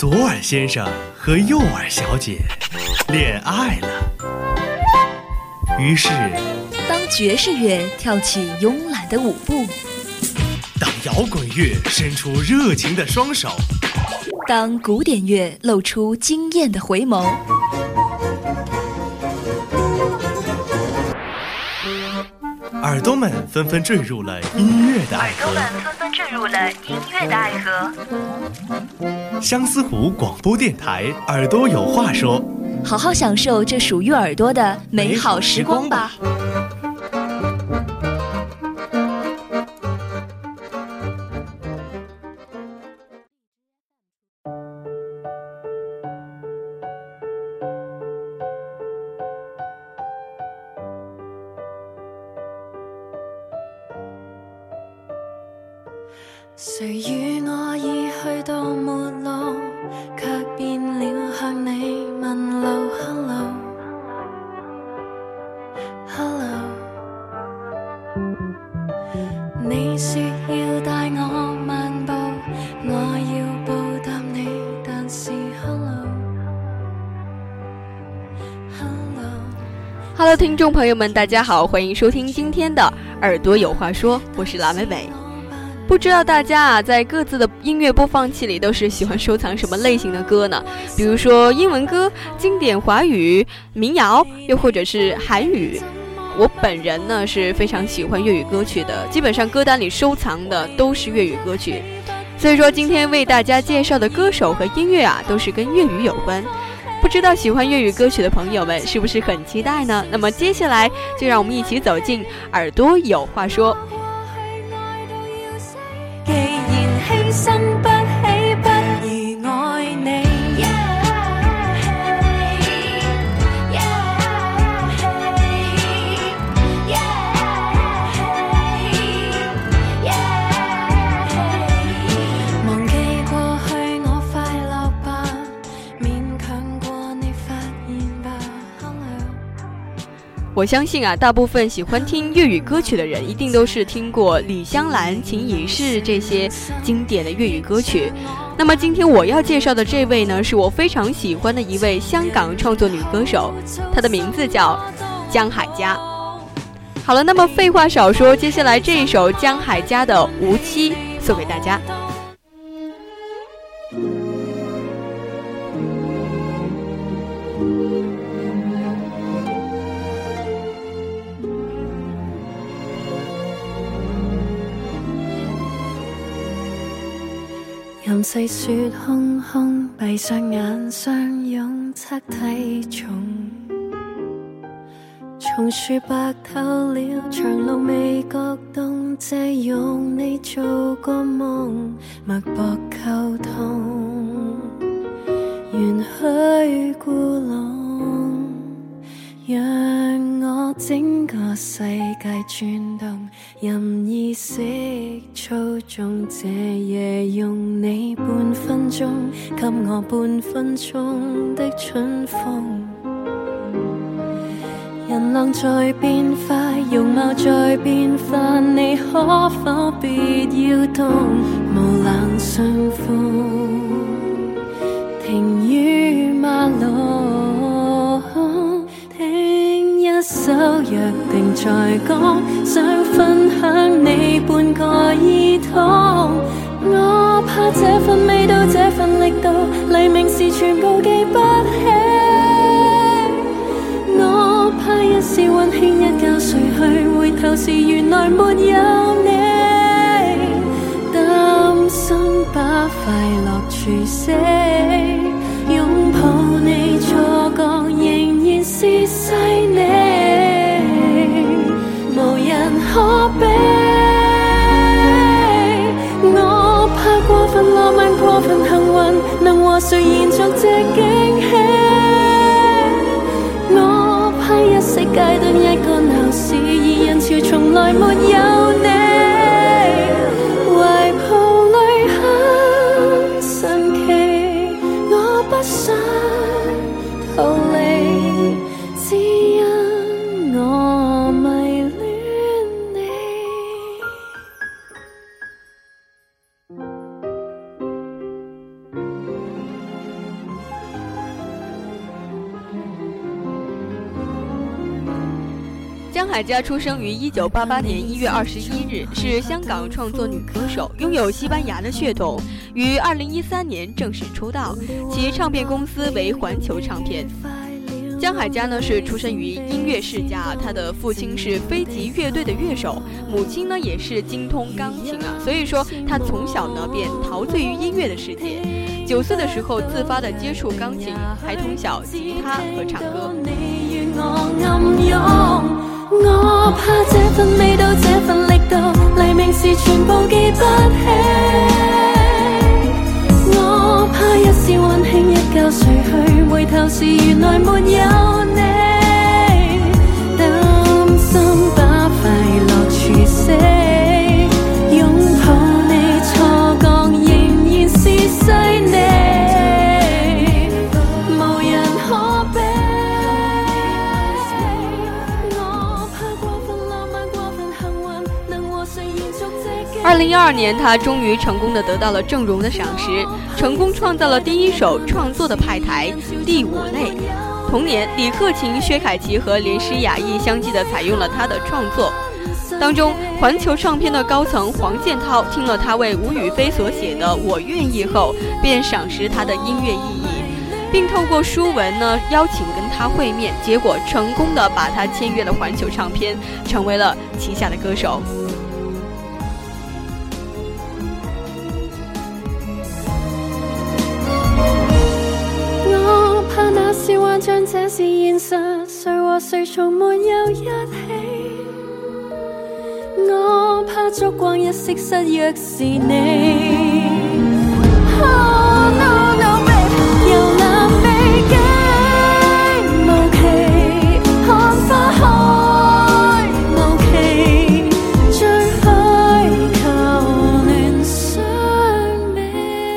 左耳先生和右耳小姐恋爱了。于是， 当爵士乐跳起慵懒的舞步， 当摇滚乐伸出热情的双手， 当古典乐露出惊艳的回眸， 耳朵们纷纷坠入了音乐的爱河。相思湖广播电台，耳朵有话说， 好好享受这属于耳朵的美好时光吧。 谁与我已去到末路，却变了向你问路 Hello Hello， 你说要帶我漫步，我要報答你，但是 Hello Hello， 听众朋友们大家好，欢迎收听今天的耳朵有话说，我是蓝美美。不知道大家在各自的音乐播放器里都是喜欢收藏什么类型的歌呢？比如说英文歌、经典华语、民谣，又或者是韩语。我本人呢是非常喜欢粤语歌曲的，基本上歌单里收藏的都是粤语歌曲。所以说今天为大家介绍的歌手和音乐都是跟粤语有关。不知道喜欢粤语歌曲的朋友们是不是很期待呢？那么接下来就让我们一起走进耳朵有话说。 既然犧牲不起，不如愛你。忘記過去我快樂吧，勉強過你發現吧。 我相信大部分喜欢听粤语歌曲的人一定都是听过李香兰、情已逝这些经典的粤语歌曲。那么今天我要介绍的这位呢，是我非常喜欢的一位香港创作女歌手，她的名字叫江海佳。好了，那么废话少说，接下来这一首江海佳的《无期》送给大家。 任細雪空空，閉上眼相擁，測體重。松樹白透了，長路未覺凍，借用你做個夢，脈搏溝通，緣去故弄，讓我整個世界轉動，任意識操縱這夜，用你半分鐘，給我半分鐘的春風。人浪在變化，容貌在變化，你可否別要動？無冷相逢，停於馬路，聽一首約定在講，想分享你半個耳筒。我怕這份味道，這份力度，黎明時全部記不起。我怕一時溫馨一覺睡去，回頭時原來沒有你，擔心把快樂除死，擁抱你錯覺仍然是細膩，無人可比。我怕過分浪漫，過分幸運，能和誰延續這驚喜。一息階段一個鬧市，而人潮從來沒有你，懷抱裏很神奇，我不想逃離，只因我迷戀你。 江海佳出生于1988年1月21日，是香港创作女歌手，拥有西班牙的血统，于2013年正式出道，其唱片公司为环球唱片。江海佳呢是出身于音乐世家，他的父亲是飞吉乐队的乐手，母亲呢也是精通钢琴啊，所以说他从小呢便陶醉于音乐的世界。9岁的时候自发的接触鋼琴，還通曉吉他和唱歌。 我怕這份味道，這份力度，黎明時全部記不起。我怕一時溫馨，一覺睡去，回頭時原來沒有你，擔心把快樂處死，擁抱你錯覺仍然是細膩，無人可比。我怕過分浪漫，過分幸運，能和誰延續這 2012年，他終於成功地得到了鄭融的賞識，成功創造了第一首創作的派台《第五類》。同年，李克勤、薛凱琪和連詩雅意相繼地採用了他的創作。當中，環球唱片的高層黃建滔聽了他為吳雨霏所寫的《我願意》後，便賞識他的音樂意義，並透過書文呢邀請跟他會面，結果成功地把他簽約了環球唱片，成為了旗下的歌手。 我怕那是幻象，這是現實，誰和誰從沒有一起。我怕燭光一熄失，若是你。Oh, no, no, babe, 遊覽美景無期，看花開無期，追開求戀相美。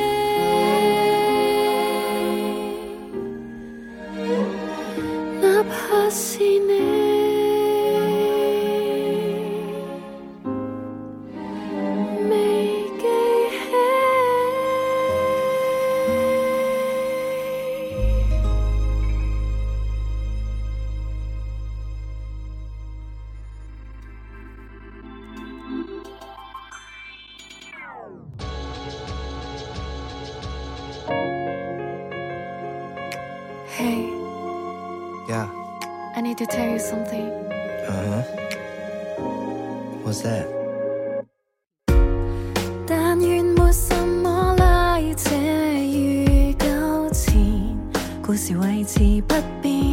哪怕是你。Hey. Yeah. I need to tell you something. What's that? 但願沒什麼拉扯與糾纏，故事維持不變。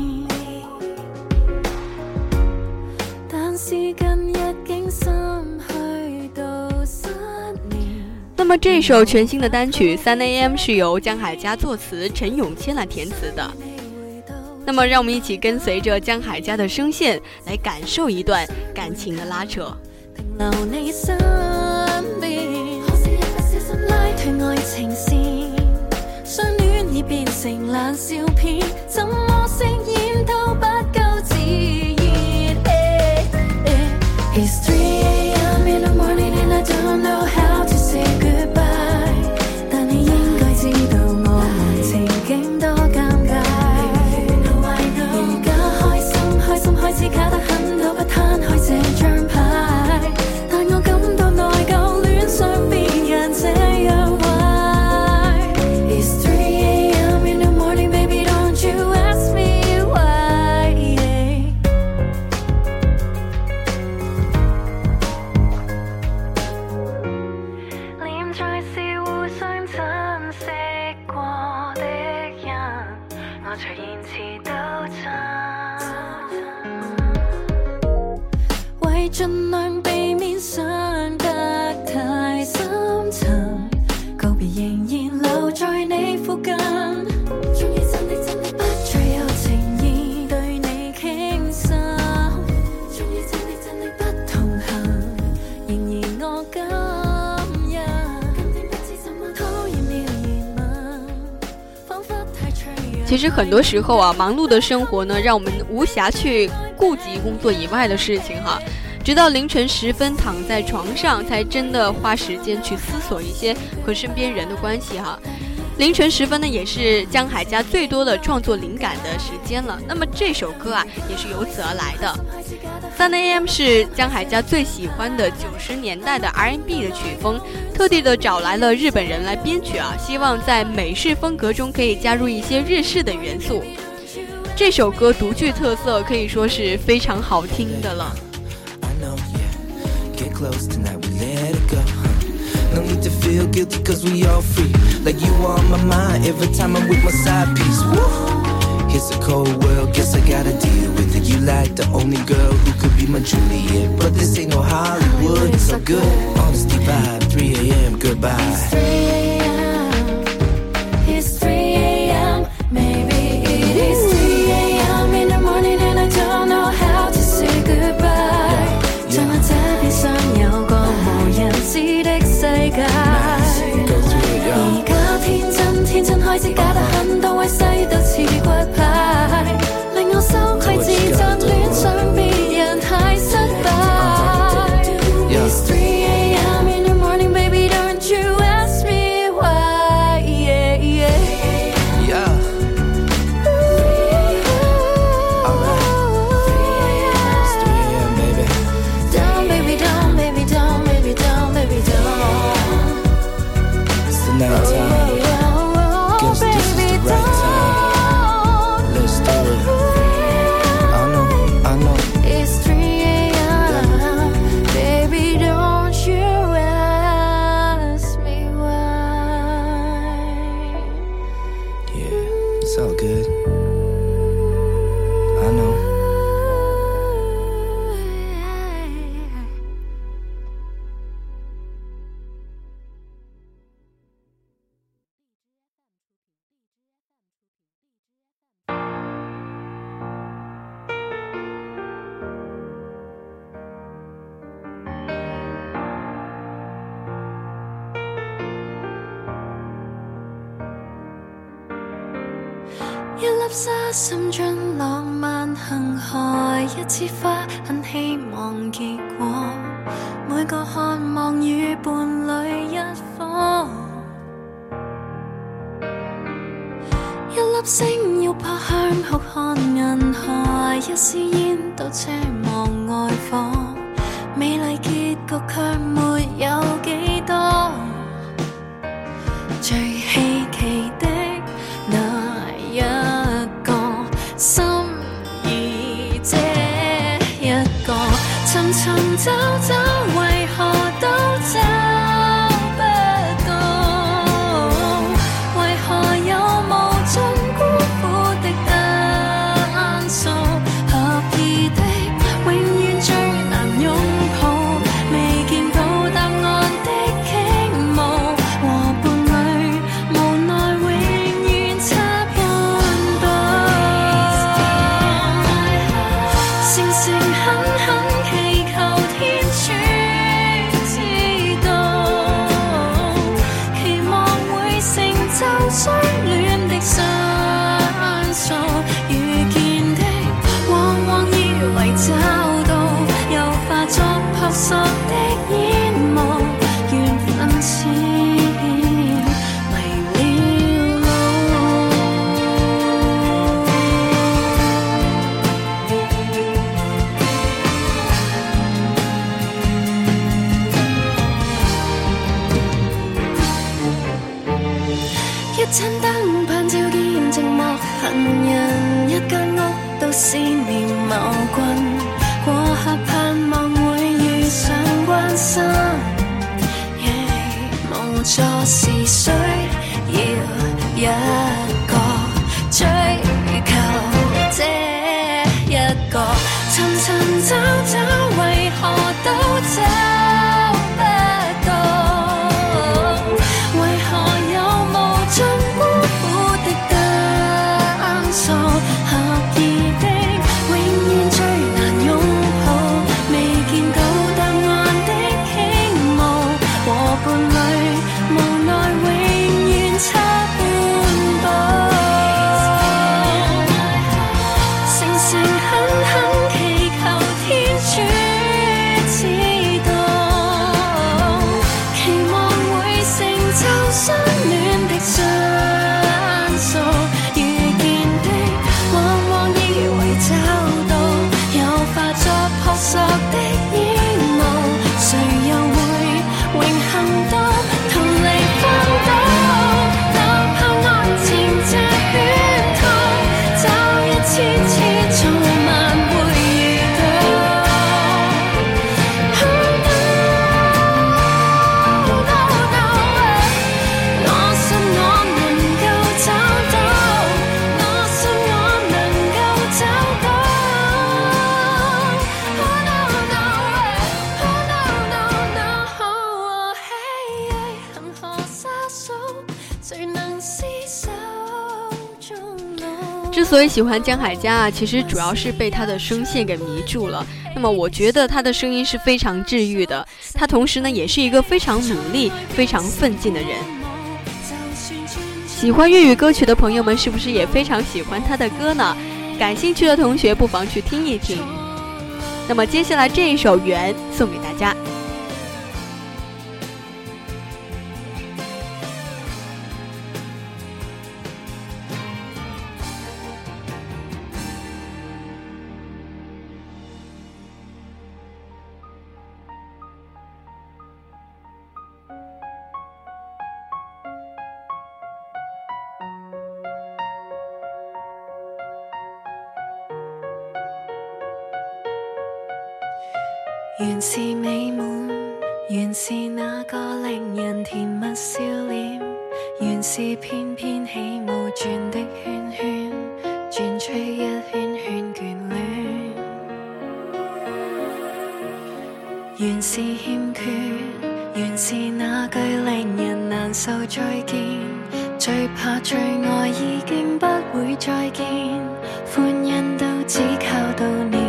但是近日竟心去到失眠。 那麼這首全新的單曲 3AM 是由江海佳作詞，陳詠謙來填詞的。那麼讓我們一起跟隨着江海佳的聲線來感受一段感情的拉扯。 停留你身邊，可惜一不小心拉斷愛情線，相戀已變成爛笑片，怎麼飾演都不夠自然。It's 3 AM in the morning and I don't know how to say goodbye， 但你應該知道我們情景多尷尬。而家開心開始卡得很，都不攤開這張牌，但我感到內疚，戀上別人這樣壞。It's 3 AM in the morning, baby, don't you ask me why。 念在是互相珍惜過的人，我隨言辭都真，為盡量避免傷得太深沉，告別仍然留在你附近，終於真的不再有情意對你傾心，終於真的不同行，仍然我今日不知怎麼討厭了疑問，彷彿太脆弱。 其實很多時候啊，忙碌的生活呢，讓我們無暇去顧及工作以外的事情哈。直到凌晨10分躺在床上，才真的花時間去思索一些和身邊人的關係哈。凌晨10分呢，也是江海佳最多的創作靈感的時間了。那麼這首歌啊，也是由此而來的。 3AM 是江海佳最喜欢的90年代的 R&B 的曲风，特地的找来了日本人来编曲啊，希望在美式风格中可以加入一些日式的元素。这首歌独具特色，可以说是非常好听的了。 No need to feel guilty cause we all free. Like you are on my mind every time I'm with my side piece. Woo! It's a cold world, guess I gotta deal with it. You like the only girl who could be my Juliet. But this ain't no Hollywood, it's so good. Honesty vibe, 3 a.m. goodbye. It's 3 a.m. It's 3 a.m. Maybe it is 3 a.m. in the morning and I don't know how to say goodbye. 將我這邊想有個無人知的世界。而家天真天真開始假得很多位細到似骨牌，令我羞愧自責，戀上別人太失敗。It's 3 a.m. in the morning, baby, don't you ask me why? Yeah, yeah. Yeah. Alright. It's 3 a.m. baby. Don't, baby, don't, baby, don't, baby, don't, baby, don't. It's the night time. Guess this is the right time. Let's do it. I know. It's 3 a.m. Baby, don't you ask me why? Yeah, it's all good. I know. 一粒沙滲進浪漫恆河，一枝花很希望結果，每個渴望與伴侶一顆。一粒星要撲向酷寒銀河，一絲煙都遮望外火，美麗結局卻沒有幾多。最稀奇的那一個心意，這一個尋尋找找，為何都找不到？為何有無盡孤苦的單數？合意的永遠最難擁抱，未見到答案的傾慕，和伴侶無奈永遠差半步。誠誠懇懇祈求天主知道，期望會成就相戀的雙數，遇見的往往以為找到，又化作撲朔的煙霧，緣分似迷了路。一盞燈盼照見寂寞行人，一間屋都思念某君，過客盼望會遇上關心。無助時需要一個追求，這一個尋尋找找，為何都找不到？為何有無盡孤苦的單數？合意的永遠最難擁抱，未見到答案的傾慕，和伴侶無奈永遠差半步。 之所以喜欢江海佳啊，其实主要是被他的声线给迷住了。那么我觉得他的声音是非常治愈的，他同时呢也是一个非常努力、非常奋进的人。喜欢粤语歌曲的朋友们是不是也非常喜欢他的歌呢？感兴趣的同学不妨去听一听。那么接下来这一首《缘》送给大家。 原是美滿，原是那個令人甜蜜笑臉，原是翩翩起舞轉的圈圈，轉出一圈圈眷戀。原是欠缺，原是那句令人難受再見，最怕最愛已經不會再見，歡欣都只靠悼念。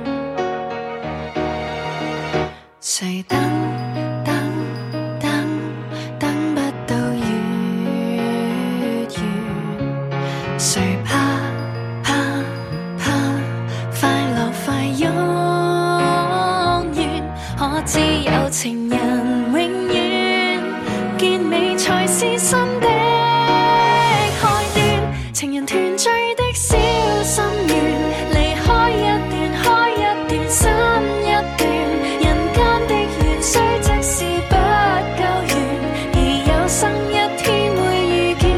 誰等等等等不到月圓，誰怕怕怕快樂快湧現，可知有情人永遠見美才是新的開端，情人團聚的小心願，離開一段開一段新一段。雖即是不夠緣，而有生一天會遇見，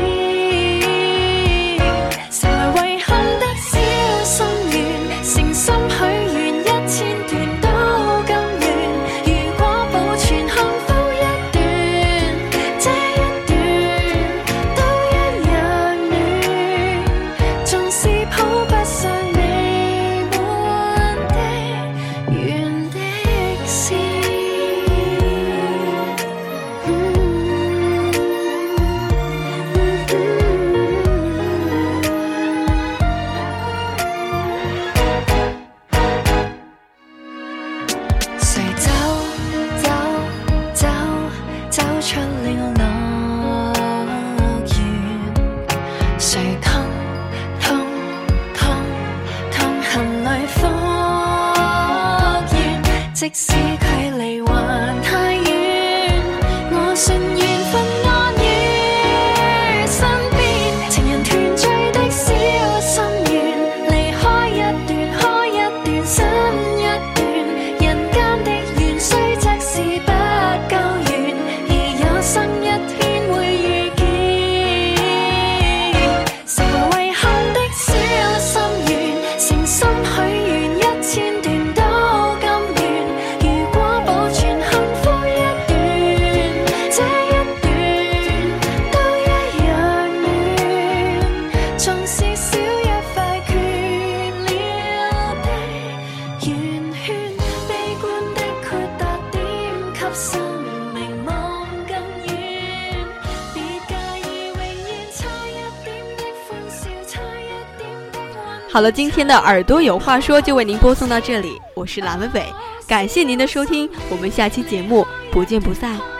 成為遺憾的小心願，誠心許願1000段都甘願。如果保存幸福一段，這一段都一樣暖，縱是抱不上美滿的緣的事。即使距離還太遠，我信緣分安於身邊，情人團聚的小心願，離開一段開一段新一段，人間的緣雖則是不夠緣，而有生一天會遇見，成為遺憾的小心願，誠心許願1000段都甘願。 好了，今天的耳朵有话说就为您播送到这里，我是蓝伟伟，感谢您的收听，我们下期节目不见不散。